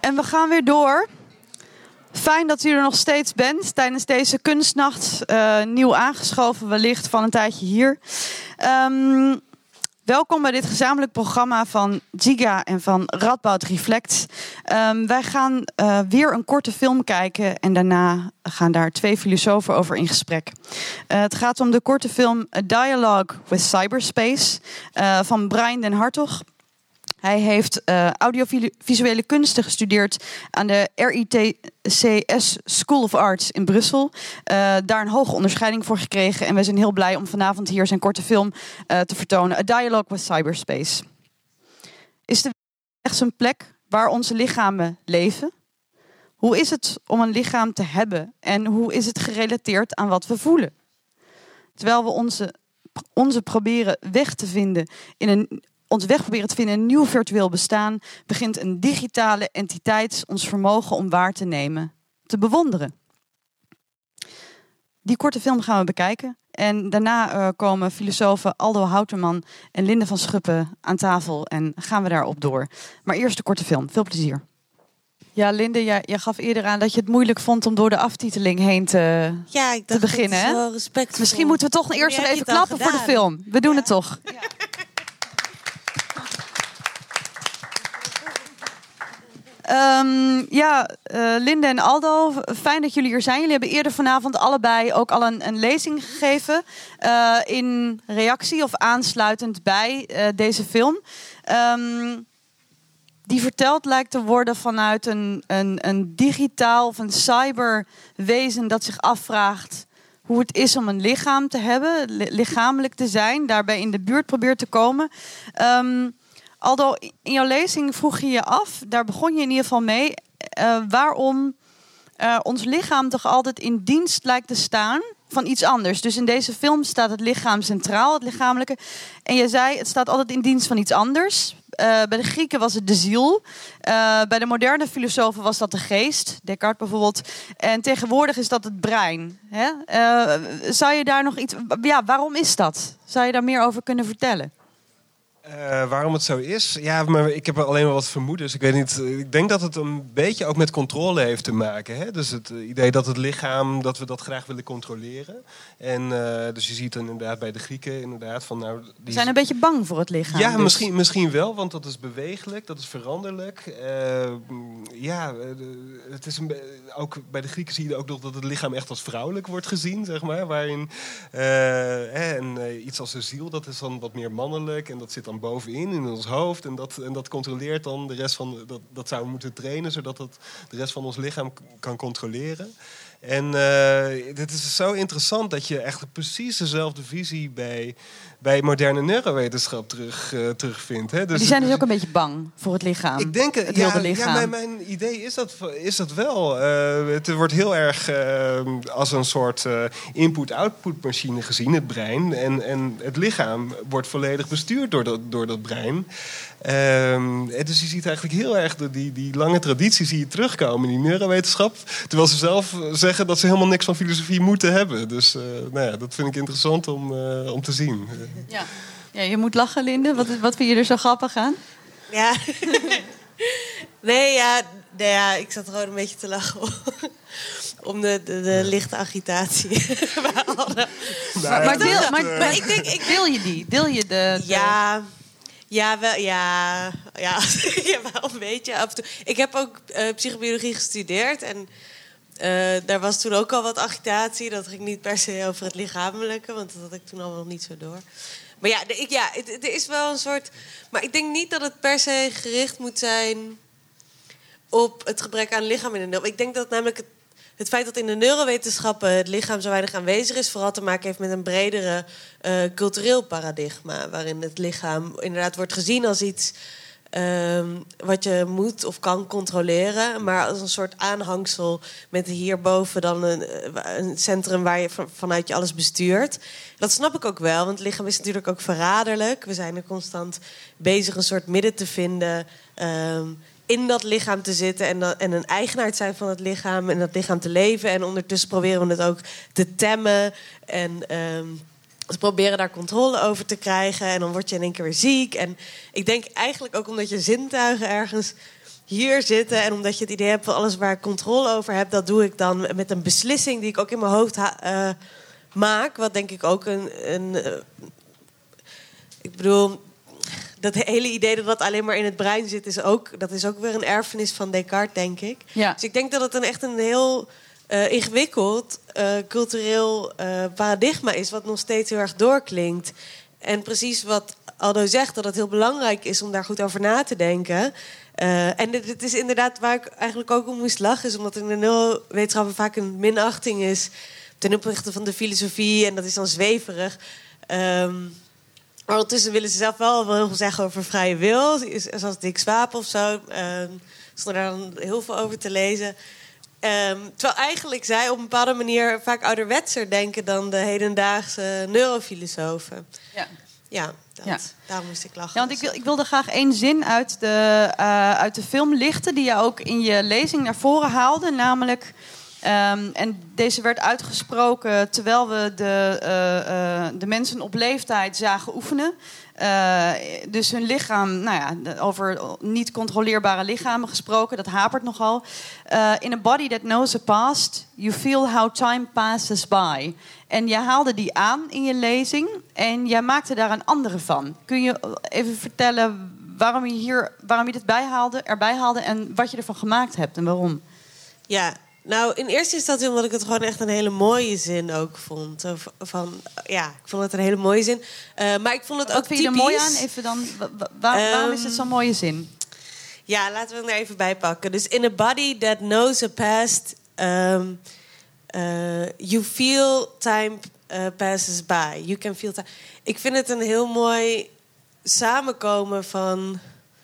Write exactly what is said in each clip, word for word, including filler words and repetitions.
En we gaan weer door. Fijn dat u er nog steeds bent tijdens deze kunstnacht. Uh, nieuw aangeschoven wellicht van een tijdje hier. Um, welkom bij dit gezamenlijk programma van Giga en van Radboud Reflect. Um, wij gaan uh, weer een korte film kijken en daarna gaan daar twee filosofen over in gesprek. Uh, het gaat om de korte film A Dialogue with Cyberspace uh, van Brian den Hartog. Hij heeft uh, audiovisuele kunsten gestudeerd aan de R I T C S School of Arts in Brussel. Uh, daar een hoge onderscheiding voor gekregen. En wij zijn heel blij om vanavond hier zijn korte film uh, te vertonen. A Dialogue with Cyberspace. Is de echt een plek waar onze lichamen leven? Hoe is het om een lichaam te hebben? En hoe is het gerelateerd aan wat we voelen? Terwijl we onze, onze proberen weg te vinden in een... ons weg proberen te vinden in een nieuw virtueel bestaan, begint een digitale entiteit ons vermogen om waar te nemen, te bewonderen. Die korte film gaan we bekijken. En daarna uh, komen filosofen Aldo Houterman en Linde van Schuppen aan tafel en gaan we daarop door. Maar eerst de korte film. Veel plezier. Ja, Linde, jij, jij gaf eerder aan dat je het moeilijk vond om door de aftiteling heen te, ja, ik dacht, te beginnen. Het is wel hè? respectvol. Misschien moeten we toch eerst nog even klappen voor de film. We doen ja. het toch. Ja. Um, ja, uh, Linde en Aldo, fijn dat jullie hier zijn. Jullie hebben eerder vanavond allebei ook al een, een lezing gegeven uh, in reactie of aansluitend bij uh, deze film. Um, die verteld lijkt te worden vanuit een, een, een digitaal of een cyberwezen dat zich afvraagt hoe het is om een lichaam te hebben, li- lichamelijk te zijn, daarbij in de buurt probeert te komen. Um, Aldo, in jouw lezing vroeg je je af, daar begon je in ieder geval mee, uh, waarom uh, ons lichaam toch altijd in dienst lijkt te staan van iets anders. Dus in deze film staat het lichaam centraal, het lichamelijke. En je zei, het staat altijd in dienst van iets anders. Uh, bij de Grieken was het de ziel. Uh, bij de moderne filosofen was dat de geest. Descartes bijvoorbeeld. En tegenwoordig is dat het brein. Hè? Uh, zou je daar nog iets... Ja, waarom is dat? Zou je daar meer over kunnen vertellen? Uh, waarom het zo is? Ja, maar ik heb alleen maar wat vermoedens. Ik weet niet. Ik denk dat het een beetje ook met controle heeft te maken. Hè? Dus het idee dat het lichaam, dat we dat graag willen controleren. En uh, dus je ziet dan inderdaad bij de Grieken inderdaad van nou. Die we zijn een beetje bang voor het lichaam. Ja, dus. misschien, misschien wel, want dat is bewegelijk, dat is veranderlijk. Uh, ja, het is een be- ook bij de Grieken zie je ook nog dat het lichaam echt als vrouwelijk wordt gezien, zeg maar. Waarin uh, en uh, iets als de ziel, dat is dan wat meer mannelijk en dat zit dan bovenin in ons hoofd en dat, en dat controleert dan de rest van dat, dat zou moeten trainen zodat dat de rest van ons lichaam k- kan controleren. En uh, dit is zo interessant dat je echt precies dezelfde visie bij, bij moderne neurowetenschap terug, uh, terugvindt. Hè? Dus die zijn dus het, ook een beetje bang voor het lichaam. Ik denk, het ja, lichaam. ja mijn, mijn idee is dat, is dat wel. Uh, het wordt heel erg uh, als een soort uh, input-output machine gezien, het brein. En, en het lichaam wordt volledig bestuurd door dat, door dat brein. Um, dus je ziet eigenlijk heel erg de, die, die lange traditie zie je terugkomen in die neurowetenschap. Terwijl ze zelf zeggen dat ze helemaal niks van filosofie moeten hebben. Dus uh, nou ja, dat vind ik interessant om, uh, om te zien. Ja. Ja, je moet lachen, Linde. Wat, wat vind je er zo grappig aan? Ja. nee, ja, nee, ja, ik zat gewoon een beetje te lachen om de, de, de lichte agitatie. maar, maar, deel, maar, maar ik denk, ik deel je die. Deel je de... de... Ja... Ja, wel, ja, ja, ja, wel een beetje af en toe. Ik heb ook uh, psychobiologie gestudeerd en uh, daar was toen ook al wat agitatie. Dat ging niet per se over het lichamelijke, want dat had ik toen allemaal nog niet zo door. Maar ja, de, ik, ja het, het is wel een soort... Maar ik denk niet dat het per se gericht moet zijn op het gebrek aan lichaam in de neuro. Ik denk dat namelijk het, het feit dat in de neurowetenschappen het lichaam zo weinig aanwezig is, vooral te maken heeft met een bredere uh, cultureel paradigma, waarin het lichaam inderdaad wordt gezien als iets um, wat je moet of kan controleren, maar als een soort aanhangsel met hierboven dan een, een centrum waar je vanuit je alles bestuurt. Dat snap ik ook wel, want het lichaam is natuurlijk ook verraderlijk. We zijn er constant bezig een soort midden te vinden, Um, in dat lichaam te zitten en, dat, en een eigenaar te zijn van het lichaam en dat lichaam te leven. En ondertussen proberen we het ook te temmen en um, we proberen daar controle over te krijgen. En dan word je in één keer weer ziek. En ik denk eigenlijk ook omdat je zintuigen ergens hier zitten en omdat je het idee hebt van alles waar ik controle over heb, dat doe ik dan met een beslissing die ik ook in mijn hoofd ha- uh, maak. Wat denk ik ook een... een uh, ik bedoel, dat hele idee dat dat alleen maar in het brein zit, is ook, dat is ook weer een erfenis van Descartes, denk ik. Ja. Dus ik denk dat het een echt een heel uh, ingewikkeld uh, cultureel uh, paradigma is, wat nog steeds heel erg doorklinkt. En precies wat Aldo zegt, dat het heel belangrijk is om daar goed over na te denken. Uh, en dit, dit is inderdaad waar ik eigenlijk ook om moest lachen, is omdat in de neurowetenschappen vaak een minachting is ten opzichte van de filosofie, en dat is dan zweverig. Um, maar ondertussen willen ze zelf wel heel veel zeggen over vrije wil, zoals Dick Swaap of zo. Um, zonder daar dan heel veel over te lezen. Um, terwijl eigenlijk zij op een bepaalde manier vaak ouderwetser denken dan de hedendaagse neurofilosofen. Ja. Ja, dat, Ja. daarom moest ik lachen. Ja, want ik, wil, ik wilde graag één zin uit de, uh, uit de film lichten, die je ook in je lezing naar voren haalde. Namelijk, um, en deze werd uitgesproken terwijl we de, uh, uh, de mensen op leeftijd zagen oefenen. Uh, dus hun lichaam, nou ja, over niet controleerbare lichamen gesproken, dat hapert nogal. Uh, in a body that knows a past, you feel how time passes by. En jij haalde die aan in je lezing en jij maakte daar een andere van. Kun je even vertellen waarom je hier, waarom je dit bijhaalde, erbij haalde en wat je ervan gemaakt hebt en waarom? Ja, nou, in eerste instantie omdat ik het gewoon echt een hele mooie zin ook vond. Van, ja, ik vond het een hele mooie zin. Uh, maar ik vond het Wat ook vind je er typisch. mooi aan? Even dan, wa- wa- waar- waarom is het zo'n mooie zin? Ja, laten we hem er even bij pakken. Dus in a body that knows a past, um, uh, you feel time uh, passes by. You can feel time. Ik vind het een heel mooi samenkomen van,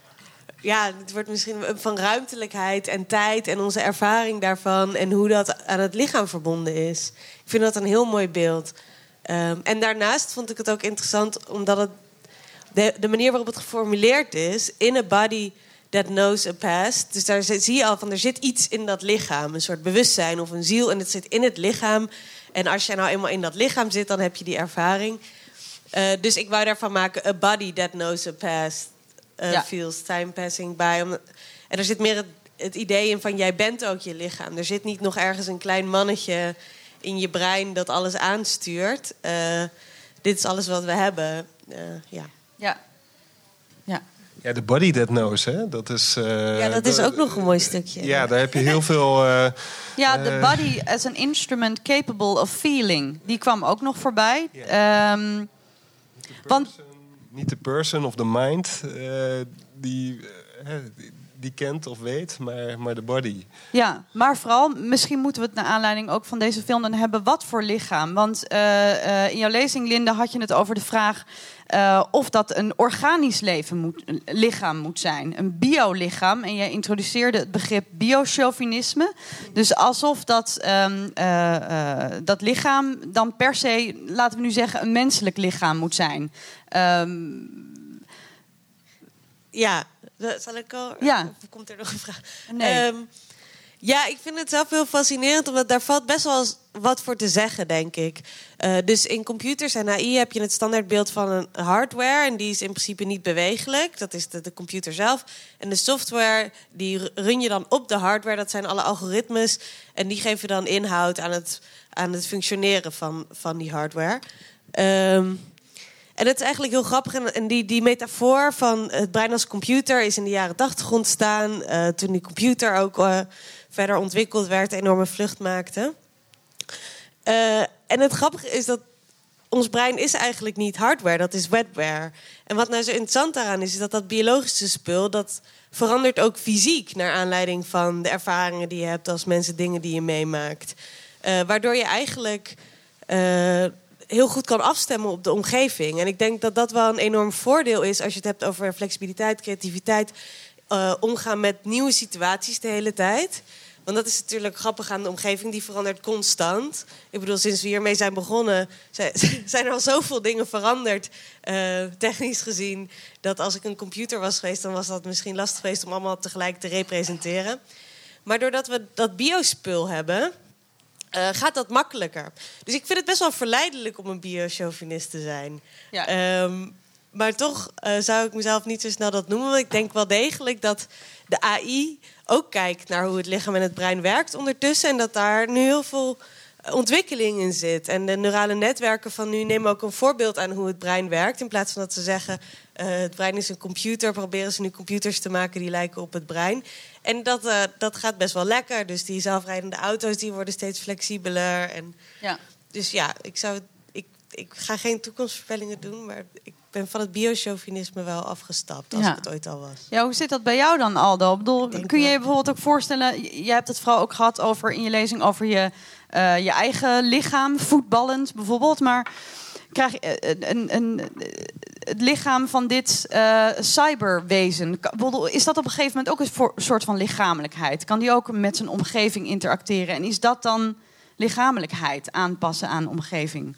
ja, het wordt misschien van ruimtelijkheid en tijd en onze ervaring daarvan en hoe dat aan het lichaam verbonden is. Ik vind dat een heel mooi beeld. Um, en daarnaast vond ik het ook interessant omdat het de, de manier waarop het geformuleerd is, in a body that knows a past. Dus daar zie je al van, er zit iets in dat lichaam, een soort bewustzijn of een ziel, en het zit in het lichaam. En als je nou eenmaal in dat lichaam zit, dan heb je die ervaring. Uh, dus ik wou daarvan maken, a body that knows a past uh, Ja. feels time passing by. Om, en er zit meer het, het idee in van, jij bent ook je lichaam. Er zit niet nog ergens een klein mannetje in je brein dat alles aanstuurt. Uh, dit is alles wat we hebben. Uh, ja. Ja. Ja. Ja, de body that knows, hè? Dat is, uh, ja, dat is ook nog een mooi stukje. Ja, daar heb je heel veel... Uh, Ja, the uh, body as an instrument capable of feeling. Die kwam ook nog voorbij. Ja. Um, want Niet de person of the mind uh, die, uh, die, die kent of weet, maar, maar de body. ja, maar vooral, misschien moeten we het naar aanleiding ook van deze film dan hebben. Wat voor lichaam? Want uh, uh, in jouw lezing, Linde, had je het over de vraag uh, of dat een organisch leven moet, lichaam moet zijn. Een biolichaam. En jij introduceerde het begrip biochauvinisme. Dus alsof dat, um, uh, uh, dat lichaam dan per se, laten we nu zeggen, een menselijk lichaam moet zijn. Um, Ja, zal ik al? Ja. Of komt er nog een vraag? Nee. Um, ja, ik vind het zelf heel fascinerend, omdat daar valt best wel eens wat voor te zeggen, denk ik. Uh, dus in computers en A I heb je het standaardbeeld van een hardware, en die is in principe niet bewegelijk. Dat is de, de computer zelf. En de software, die run je dan op de hardware. Dat zijn alle algoritmes. En die geven dan inhoud aan het, aan het functioneren van, van die hardware. Um, En het is eigenlijk heel grappig. En die, die metafoor van het brein als computer is in de jaren tachtig ontstaan. Uh, toen die computer ook uh, verder ontwikkeld werd, een enorme vlucht maakte. Uh, en het grappige is dat ons brein is eigenlijk niet hardware, dat is wetware. En wat nou zo interessant daaraan is, is dat dat biologische spul, dat verandert ook fysiek naar aanleiding van de ervaringen die je hebt als mensen, dingen die je meemaakt. Uh, waardoor je eigenlijk Uh, heel goed kan afstemmen op de omgeving. En ik denk dat dat wel een enorm voordeel is als je het hebt over flexibiliteit, creativiteit, uh, omgaan met nieuwe situaties de hele tijd. Want dat is natuurlijk grappig aan de omgeving, die verandert constant. Ik bedoel, sinds we hiermee zijn begonnen, zijn er al zoveel dingen veranderd, uh, technisch gezien, dat als ik een computer was geweest, dan was dat misschien lastig geweest om allemaal tegelijk te representeren. Maar doordat we dat biospul hebben, Uh, gaat dat makkelijker. Dus ik vind het best wel verleidelijk om een biochauvinist te zijn. Ja. Um, maar toch uh, zou ik mezelf niet zo snel dat noemen. Want ik denk wel degelijk dat de A I ook kijkt naar hoe het lichaam en het brein werkt ondertussen. En dat daar nu heel veel ontwikkeling in zit. En de neurale netwerken van nu nemen ook een voorbeeld aan hoe het brein werkt. In plaats van dat ze zeggen, uh, het brein is een computer, proberen ze nu computers te maken die lijken op het brein. En dat, uh, dat gaat best wel lekker. Dus die zelfrijdende auto's die worden steeds flexibeler. En ja. Dus ja, ik, zou, ik, ik ga geen toekomstvoorspellingen doen, maar ik ben van het biochauvinisme wel afgestapt, als ja. ik het ooit al was. Ja, hoe zit dat bij jou dan, Aldo? Ik bedoel, Ik kun je je wel. bijvoorbeeld ook voorstellen, jij hebt het vooral ook gehad over in je lezing over je, uh, je eigen lichaam, voetballend bijvoorbeeld, maar krijg je een, een, een, het lichaam van dit uh, cyberwezen, is dat op een gegeven moment ook een voor, soort van lichamelijkheid? Kan die ook met zijn omgeving interacteren? En is dat dan lichamelijkheid, aanpassen aan omgeving?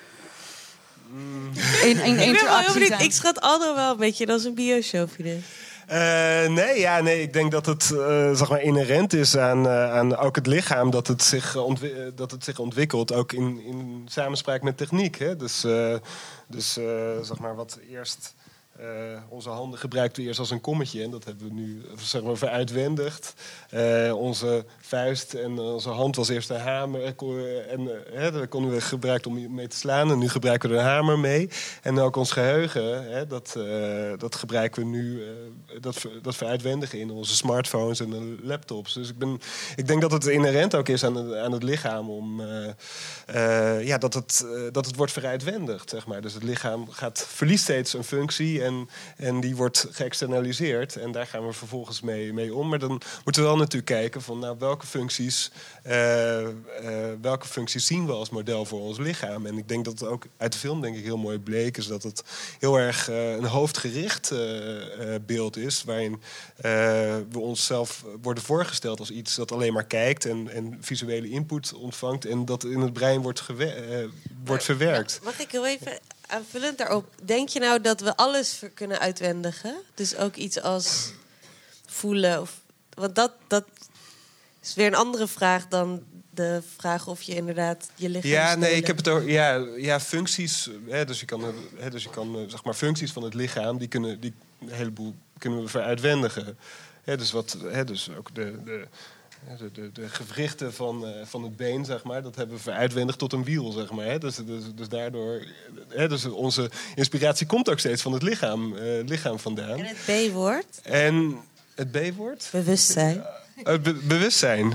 Mm. In, in ik, ben wel heel benieuwd. zijn. Ik schat Aldo wel een beetje als een biochauvinist. Uh, nee, ja, nee, ik denk dat het uh, zeg maar inherent is aan, uh, aan ook het lichaam dat het zich, ontwi- dat het zich ontwikkelt, ook in, in samenspraak met techniek. Hè? Dus, uh, dus uh, zeg maar wat eerst. Uh, onze handen gebruikten we eerst als een kommetje en dat hebben we nu zeg maar veruitwendigd. Uh, onze vuist en onze hand was eerst een hamer en uh, dat konden we gebruiken om mee te slaan en nu gebruiken we er een hamer mee. En ook ons geheugen, hè, dat, uh, dat gebruiken we nu, uh, dat, dat veruitwendigen in onze smartphones en de laptops. Dus ik, ben, ik denk dat het inherent ook is aan het, aan het lichaam om uh, uh, ja, dat, het, uh, dat het wordt veruitwendigd, zeg maar. Dus het lichaam gaat, verliest steeds een functie. En, en die wordt geëxternaliseerd. En daar gaan we vervolgens mee, mee om. Maar dan moeten we wel natuurlijk kijken van nou, welke functies, uh, uh, welke functies zien we als model voor ons lichaam. En ik denk dat het ook uit de film denk ik heel mooi bleek is dat het heel erg uh, een hoofdgericht uh, uh, beeld is. Waarin uh, we onszelf worden voorgesteld als iets dat alleen maar kijkt en, en visuele input ontvangt. En dat in het brein wordt, gewer- uh, wordt verwerkt. Mag ik heel even aanvullend daarop? Denk je nou dat we alles kunnen uitwendigen? Dus ook iets als voelen? Of, want dat, dat is weer een andere vraag dan de vraag of je inderdaad je lichaam Ja, stelen. nee, ik heb het over ja, ja, functies. Hè, dus je kan, hè, dus je kan zeg maar functies van het lichaam, die kunnen die een heleboel kunnen we veruitwendigen. Hè, dus wat, hè, dus ook de, de De, de, de gewrichten van, uh, van het been, zeg maar, dat hebben we veruitwendigd tot een wiel, zeg maar. Hè? Dus, dus, dus daardoor, hè, dus onze inspiratie komt ook steeds van het lichaam, uh, lichaam vandaan. En het B-woord? En het B-woord? Bewustzijn. Het be- bewustzijn.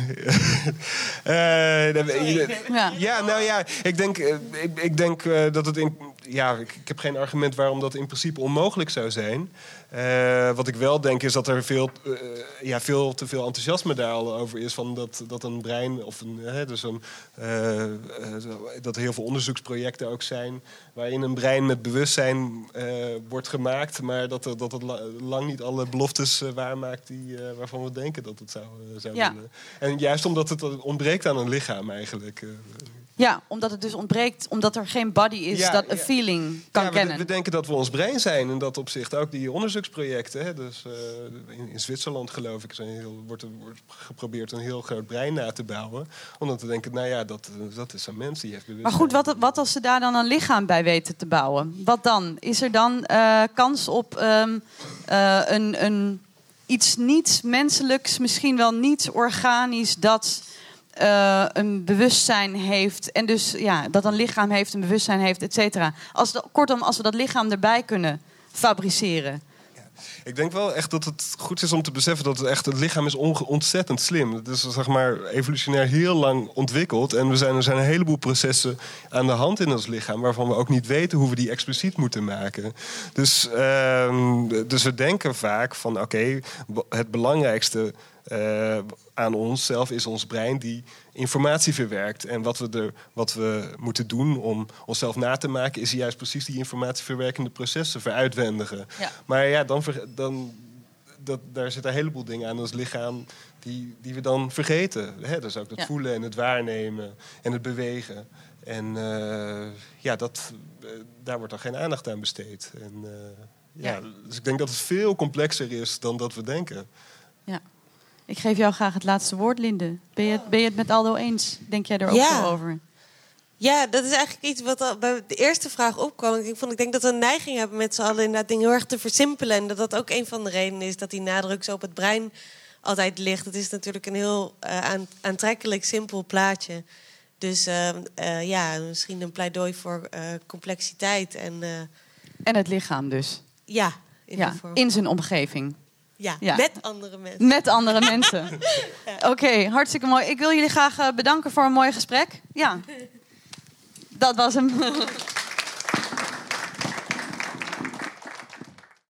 uh, ja. ja, nou ja, ik denk, uh, ik, ik denk uh, dat het in. Ja, ik, ik heb geen argument waarom dat in principe onmogelijk zou zijn. Uh, wat ik wel denk is dat er veel, uh, ja, veel te veel enthousiasme daar al over is. Van dat, dat een brein, of een, hè, dus een, uh, uh, dat er heel veel onderzoeksprojecten ook zijn. Waarin een brein met bewustzijn uh, wordt gemaakt. Maar dat, er, dat het la, lang niet alle beloftes uh, waarmaakt die, uh, waarvan we denken dat het zou, uh, zou ja. willen. En juist omdat het ontbreekt aan een lichaam eigenlijk. Uh, Ja, omdat het dus ontbreekt, omdat er geen body is ja, dat een ja. feeling kan ja, we, kennen. We denken dat we ons brein zijn in dat opzicht. Ook die onderzoeksprojecten. Hè, dus, uh, in, in Zwitserland geloof ik zijn heel, wordt, er, wordt geprobeerd een heel groot brein na te bouwen. Omdat we denken, nou ja, dat, dat is een mens die heeft bewustzijn. Maar goed, wat, wat als ze daar dan een lichaam bij weten te bouwen? Wat dan? Is er dan uh, kans op um, uh, een, een, iets niet menselijks, misschien wel niet organisch, dat Uh, een bewustzijn heeft en dus ja, dat een lichaam heeft, een bewustzijn heeft, et cetera. Als de, kortom, als we dat lichaam erbij kunnen fabriceren. Ja, ik denk wel echt dat het goed is om te beseffen dat het echt het lichaam is onge- ontzettend slim. Het is zeg maar evolutionair heel lang ontwikkeld en we zijn, er zijn een heleboel processen aan de hand in ons lichaam waarvan we ook niet weten hoe we die expliciet moeten maken. Dus, uh, dus we denken vaak van oké, okay, het belangrijkste Uh, aan onszelf is ons brein die informatie verwerkt. En wat we, er, wat we moeten doen om onszelf na te maken is juist precies die informatieverwerkende processen veruitwendigen. Ja. Maar ja, dan, dan dat, daar zitten een heleboel dingen aan ons lichaam die, die we dan vergeten. Hè? Dus ook het ja. voelen en het waarnemen en het bewegen. En uh, ja, dat, uh, daar wordt dan geen aandacht aan besteed. En, uh, ja, ja. Dus ik denk dat het veel complexer is dan dat we denken. Ja. Ik geef jou graag het laatste woord, Linde. Ben je het, ben je het met Aldo eens? Denk jij er ook ja. zo over? Ja, dat is eigenlijk iets wat al bij de eerste vraag opkwam. Ik, vond, ik denk dat we een neiging hebben met z'n allen inderdaad dingen heel erg te versimpelen. En dat dat ook een van de redenen is dat die nadruk zo op het brein altijd ligt. Het is natuurlijk een heel uh, aan, aantrekkelijk, simpel plaatje. Dus uh, uh, ja, misschien een pleidooi voor uh, complexiteit. En, uh, en het lichaam dus. Ja, in, ja, in zijn omgeving. Ja, ja, met andere mensen. Met andere mensen. ja. Oké, okay, hartstikke mooi. Ik wil jullie graag bedanken voor een mooi gesprek. Ja, dat was hem.